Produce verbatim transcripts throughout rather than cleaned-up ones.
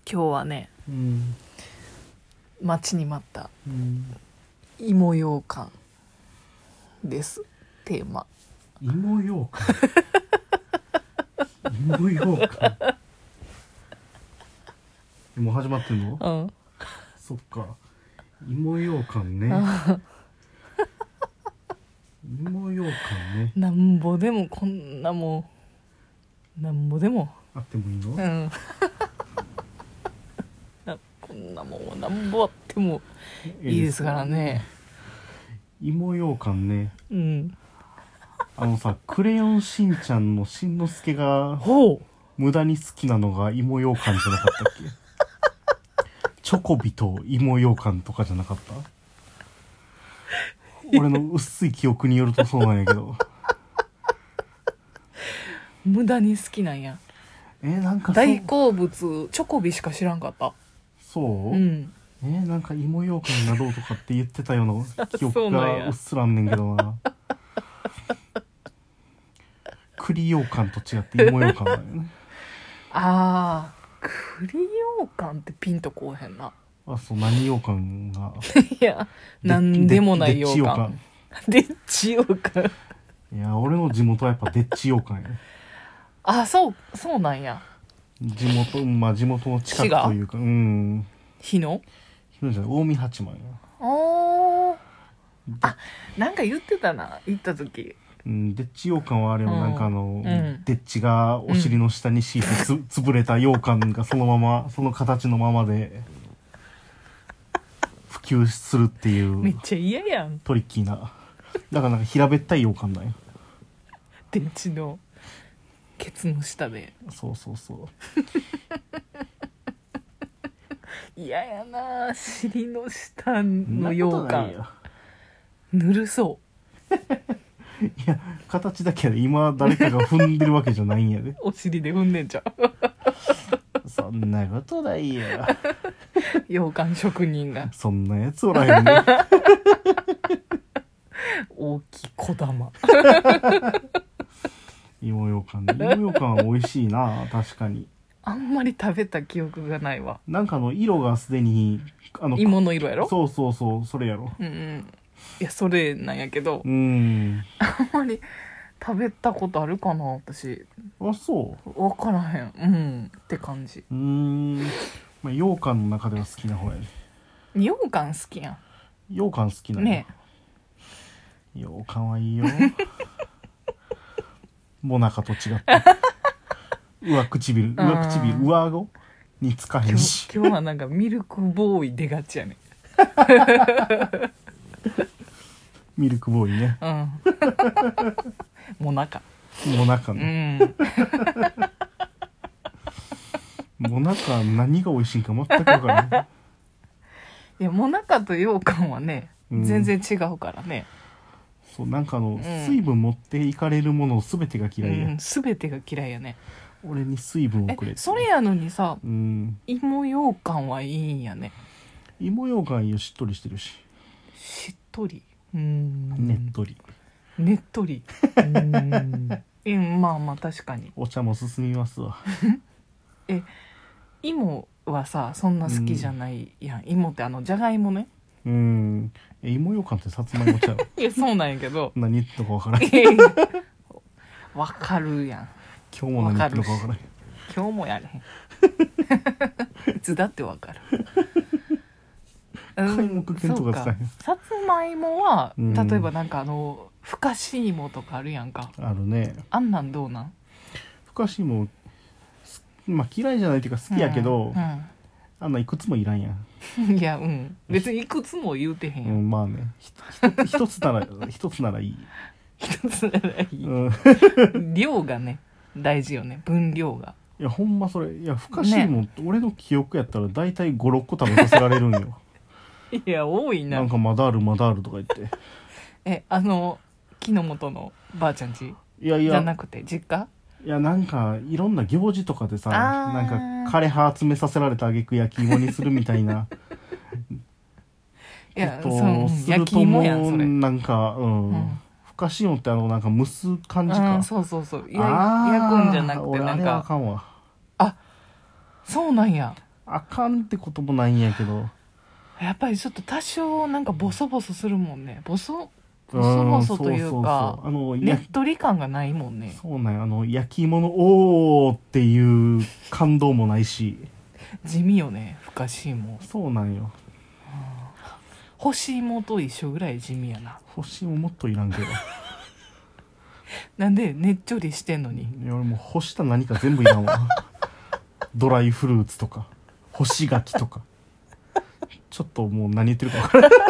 今日はね、 うん、 待ちに待ったうん芋ようかんですテーマ。 芋ようかん芋ようかんもう始まってんの？ うん。 そっか、芋ようかんね芋ようかんね。 なんぼでもこんなもんなんぼでもあってもいいの？ うんこんなもんなんぼあってもいいですからね。 芋ようかんね。 うんあのさ、クレヨンしんちゃんのしんのすけがほう無駄に好きなのが芋ようかんじゃなかったっけチョコビと芋ようかんとかじゃなかった？俺の薄い記憶によるとそうなんやけど無駄に好きなんや。 えー、なんかそう大好物チョコビしか知らんかった。 そう、 うんえー、なんか芋ようかんがどうとかって言ってたような記憶そうなんやがうっすらあんねんけどな栗ようかんと違って芋ようかんだよねあー栗ようかんってピンとこうへんな。 あ、そう、何ようかんがいやなんでもないようかん。でっちようかん。 いや、俺の地元はやっぱでっちようかんやね。 あ、そうそうなんや。 地元、まあ地元の近くというか、うん。 日野日野じゃない、近江八幡や。 おーあ、なんか言ってたな行った時。 うん、でっちようかんはあれもなんかあの、 うん、 でっちがお尻の下に敷いてつ、うん、潰れたようかんがそのまま、その形のままで普及するっていう。 めっちゃ嫌やん。 トリッキーな。だからなんか平べったいようかんだよ。 電池のケツの下で。 そうそうそう嫌やな、尻の下のようかん。ぬるそういや、形だけで今誰かが踏んでるわけじゃないんやでお尻で踏んでんじゃんそんなことないよ羊羹職人がそんなやつおらへんね大きい小玉芋ようかんね。芋ようかん美味しいな確かに。 あんまり食べた記憶がないわ。 なんかあの色がすでにあの芋の色やろ。 そうそうそう、それやろ。 うんうんいやそれなんやけど、 うん。 あんまり食べたことあるかな私。 あ、そう。 分からへん。うんって感じ。 うーん。まあ羊羹の中では好きな方やね。 羊羹好きやん。 羊羹好きなのねえ。羊羹はいいよ。もなかと違って。上唇、上唇、上顎につかへんし。 今日今日はなんかミルクボーイ出がちやね。 ミルクボーイね。 うん。もなか。 もなかね。うん。もなか何が美味しいんか全く分からない。 いや、もなかと羊羹はね、うん、全然違うからね。 そう、なんかあの、うん、水分持っていかれるものすべてが嫌いや。 うん、すべてが嫌いやね。 俺に水分をくれ。 それやのにさ、 うん、 芋羊羹はいいんやね。 芋羊羹いいよ、しっとりしてるし。 しっとり。うん。 ねっとり。 ねっとり。うん。うん、まあまあ確かに。 お茶も進みますわ。 え、芋はさ、そんな好きじゃないやん。うん、芋ってあのじゃがいもね。 うん。え、芋羊羹ってさつまいもちゃう。 いや、そうなんやけど。 何言ってんのか分からん。 わかるやん。 今日も何言ってんのか分からん。 今日もやれへん。いつだってわかる。 皆目見当がつかへん。 さつまいもは、 うん、 例えばなんかあのふかし芋とかあるやんか。 あるね。 あんなんどうなん？ ふかし芋、まあ嫌いじゃないっていうか好きやけど、 うんうん、 あんないくつもいらんやん。いや、うん。別にいくつも言うてへんやん。 うん、まあね。一つなら一つならいい。 一つならいい。うん、量がね大事よね。分量が。 いやほんまそれ、いやふかし芋、ね、俺の記憶やったらだいたいごろっこ食べさせられるんよ。 いや多いな。 なんかまだあるまだあるとか言って。 え、あの木の元のばあちゃんちいやいやじゃなくて実家？ いやなんかいろんな行事とかでさ、なんか枯葉集めさせられた挙句焼き芋にするみたいな。 いや、その焼き芋やんそれ。 なんかうん。うんふかし芋ってあのなんか蒸す感じか。 うん、そうそうそう。や焼くんじゃなくてなんか。 俺あれはあかんわ。 あ、そうなんや。 あかんってこともないんやけど、 やっぱりちょっと多少なんかボソボソするもんね。ボソボソボソというか、 あのねっとり感がないもんね。 そうなんや、あの焼き芋のおーっていう感動もないし、 地味よね、ふかし芋。 そうなんよ。 干し芋と一緒ぐらい地味やな。 干し芋もっといらんけど。 なんでねっちょりしてんのに。 いや俺もう干した何か全部いらんわ。ドライフルーツとか干し柿とか、ちょっともう何言ってるか分からない。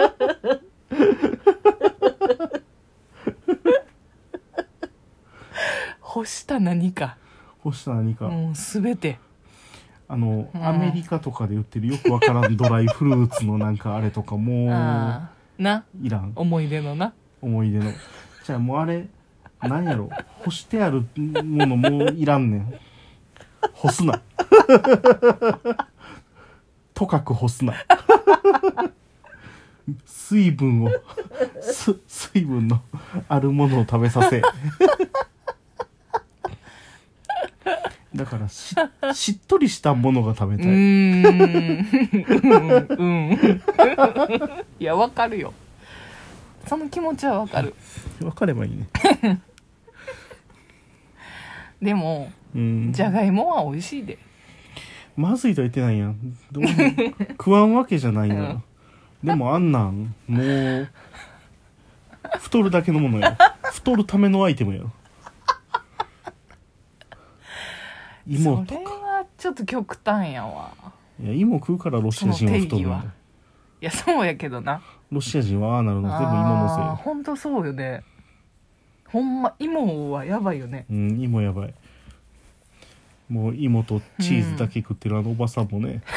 干した何か、 干した何か、 もう全て。 あの、 うんアメリカとかで売ってるよくわからんドライフルーツのなんかあれとかもああな、 ういらん。 思い出のな。 思い出の。じゃあもうあれ何やろ、干してあるものもういらんねん。干すな。とかく干すな。水分をす水分のあるものを食べさせ。だからししっとりしたものが食べたい。 うーんうんいやわかるよ、その気持ちはわかる。 分かればいいね。 でもうん。 じゃがいもは美味しいで。 まずいとは言ってないやん。どうも食わんわけじゃないのよ。でもあんなんもう太るだけのものやろ。太るためのアイテムやろ。芋それとか。 はちょっと極端やわ。 いや芋食うからロシア人は太るんだよ。 いやそうやけどな。 ロシア人はああなるの全部芋のせいよ。 ほんとそうよね。ほんま芋はやばいよね。 うん芋やばい。もう芋とチーズだけ食ってるあのおばさんもね、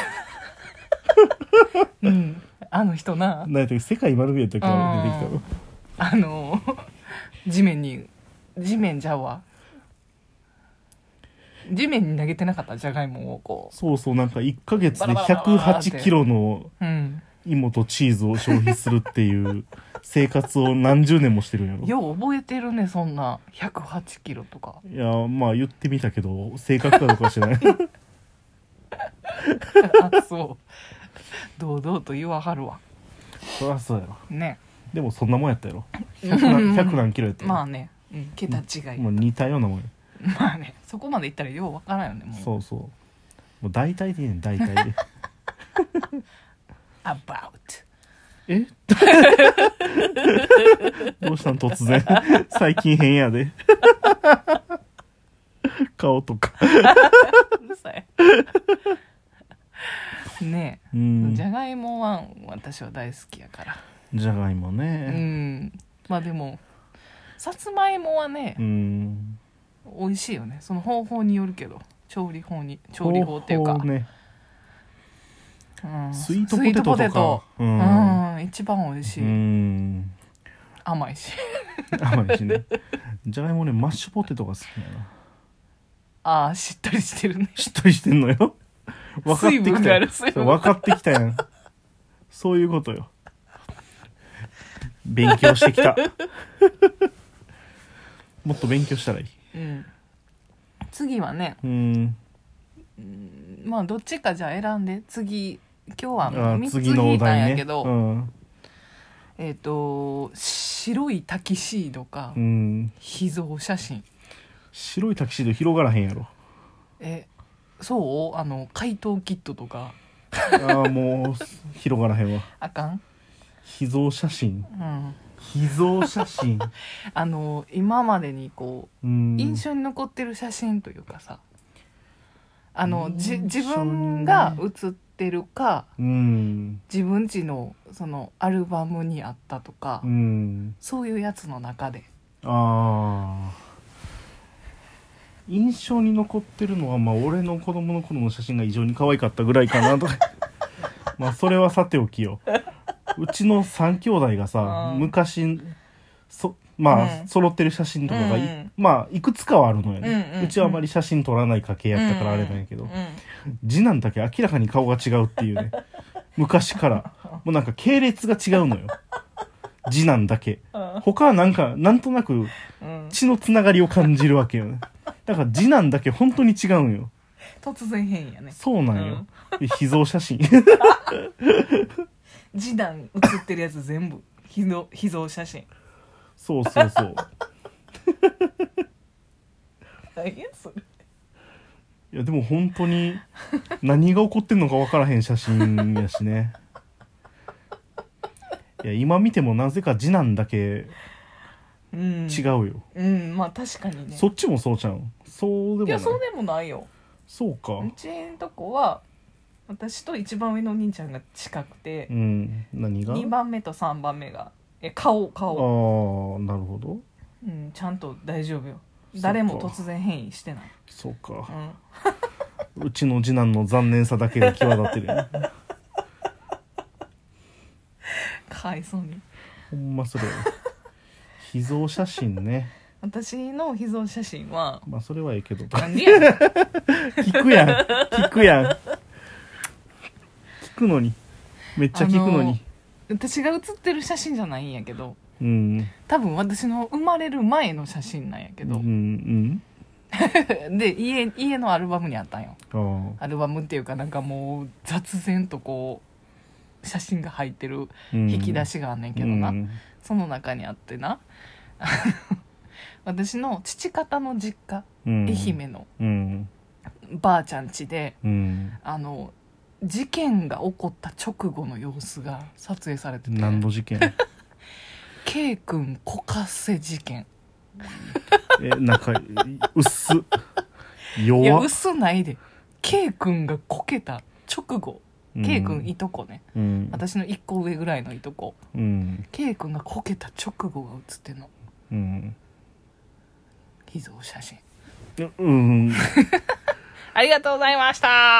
うんあの人な、 何やったっけ世界丸見えやったっけあれ出てきたの。 あの地面に地面じゃうわ地面に投げてなかったじゃがいもをこそうそう、なんかいっかげつでバラバラバラバラひゃくはちキロのう、うん芋とチーズを消費するっていう生活を何十年もしてるんやろ。 よう覚えてるね、そんなひゃくはちキロとか。 いやまあ言ってみたけど正確かどうかは知らない。 あそう堂々と言わはるわそりゃそうやろ。 ね。 でもそんなもんやったやろ。ひゃく何, ひゃく何キロやったやろ。 まあね、うん、桁違い、 もう似たようなもんや。 まあね、そこまでいったらようわからんよね、もう。 そうそう、もう大体でいいねん大体で。 about えどうしたん突然。最近変やで。顔とか。 うるさいねえ、 うんじゃがいもは私は大好きやから。 じゃがいもうね。 ん、まあでもさつまいもはね、 うん美味しいよね。その方法によるけど、調理法に調理法っていうか、 方法ね、 うん、 スイートポテトとかスイートポテト、 ううんん、一番美味しい、 うん甘いし甘いしね。じゃがいもねマッシュポテトが好きやな。 ああしっとりしてるね。 しっとりしてんのよ。分かって水分きたよ。 がある水分分かってきたやん。そういうことよ。勉強してきた。もっと勉強したらいい。 うん、次はね、 うんまあどっちかじゃあ選んで。次今日はあみっつ次の引いたんお題ね。 やけど、 うんえっ、と白いタキシードか、 うん、 秘蔵写真。 白いタキシード広がらへんやろ。 えそう、あの怪盗キットとかああもう広がらへんわ。 あかん。 秘蔵写真うん秘蔵写真あの今までにこううん印象に残ってる写真というかさ、あのじ印象にね自分が写ってるか、 うん自分家のそのアルバムにあったとか、 うんそういうやつの中で。 ああ印象に残ってるのはまあ俺の子供の頃の写真が異常に可愛かったぐらいかなとか。まあそれはさておきよ。うちの三兄弟がさ、 うん昔そまあ、 うん揃ってる写真とかがい、 うんまあいくつかはあるのよね、 うんうんうんうちはあまり写真撮らない家系やったからあれなんやけど、 うん次男だけ明らかに顔が違うっていうね。昔からもうなんか系列が違うのよ次男だけ。他はなんかなんとなくうん、 血のつながりを感じるわけよね。だから次男だけ本当に違うんよ。 突然変異やね。 そうなんよ、で秘蔵写真次男写ってるやつ全部秘蔵秘蔵写真。 そうそうそう何やそれ。 いやでも本当に何が起こってんのか分からへん写真やしね。いや今見てもなぜか次男だけうん違うよ、 うんまあ確かにね。 そっちもそうちゃうんそうでもない。 いやそうでもないよ。 そうか。 うちんとこは私と一番上のお兄ちゃんが近くて、 うん何が。 にばんめとさんばんめがえ顔あ顔、 あなるほど。 うん、ちゃんと大丈夫よ。 そっか誰も突然変異してない。 そうか、 うん、 うちの次男の残念さだけが際立ってるよねかわいそうに。 ほんまそれ秘蔵写真ね。 私の秘蔵写真はまあそれはいいけどなんでやねん聞くやん聞くやん聞くのにめっちゃ聞くのに、 私が写ってる写真じゃないんやけど、 うん多分私の生まれる前の写真なんやけうんうど、 んで 家, 家のアルバムにあったんよ。 ああアルバムっていうかなんかもう雑然とこう写真が入ってるうん引き出しがあんねんけどな、 うんその中にあってな私の父方の実家、 うん愛媛のうんばあちゃん家でうんあの事件が起こった直後の様子が撮影されてて、 何の事件 K 君こかせ事件。 えなんかうっすいや弱っ薄ないで K 君がこけた直後、 うん K 君いとこね、 うん私のいっこ上ぐらいのいとこ、 うん K 君がこけた直後が写ってんの。 うん秘蔵写真。 うんありがとうございました。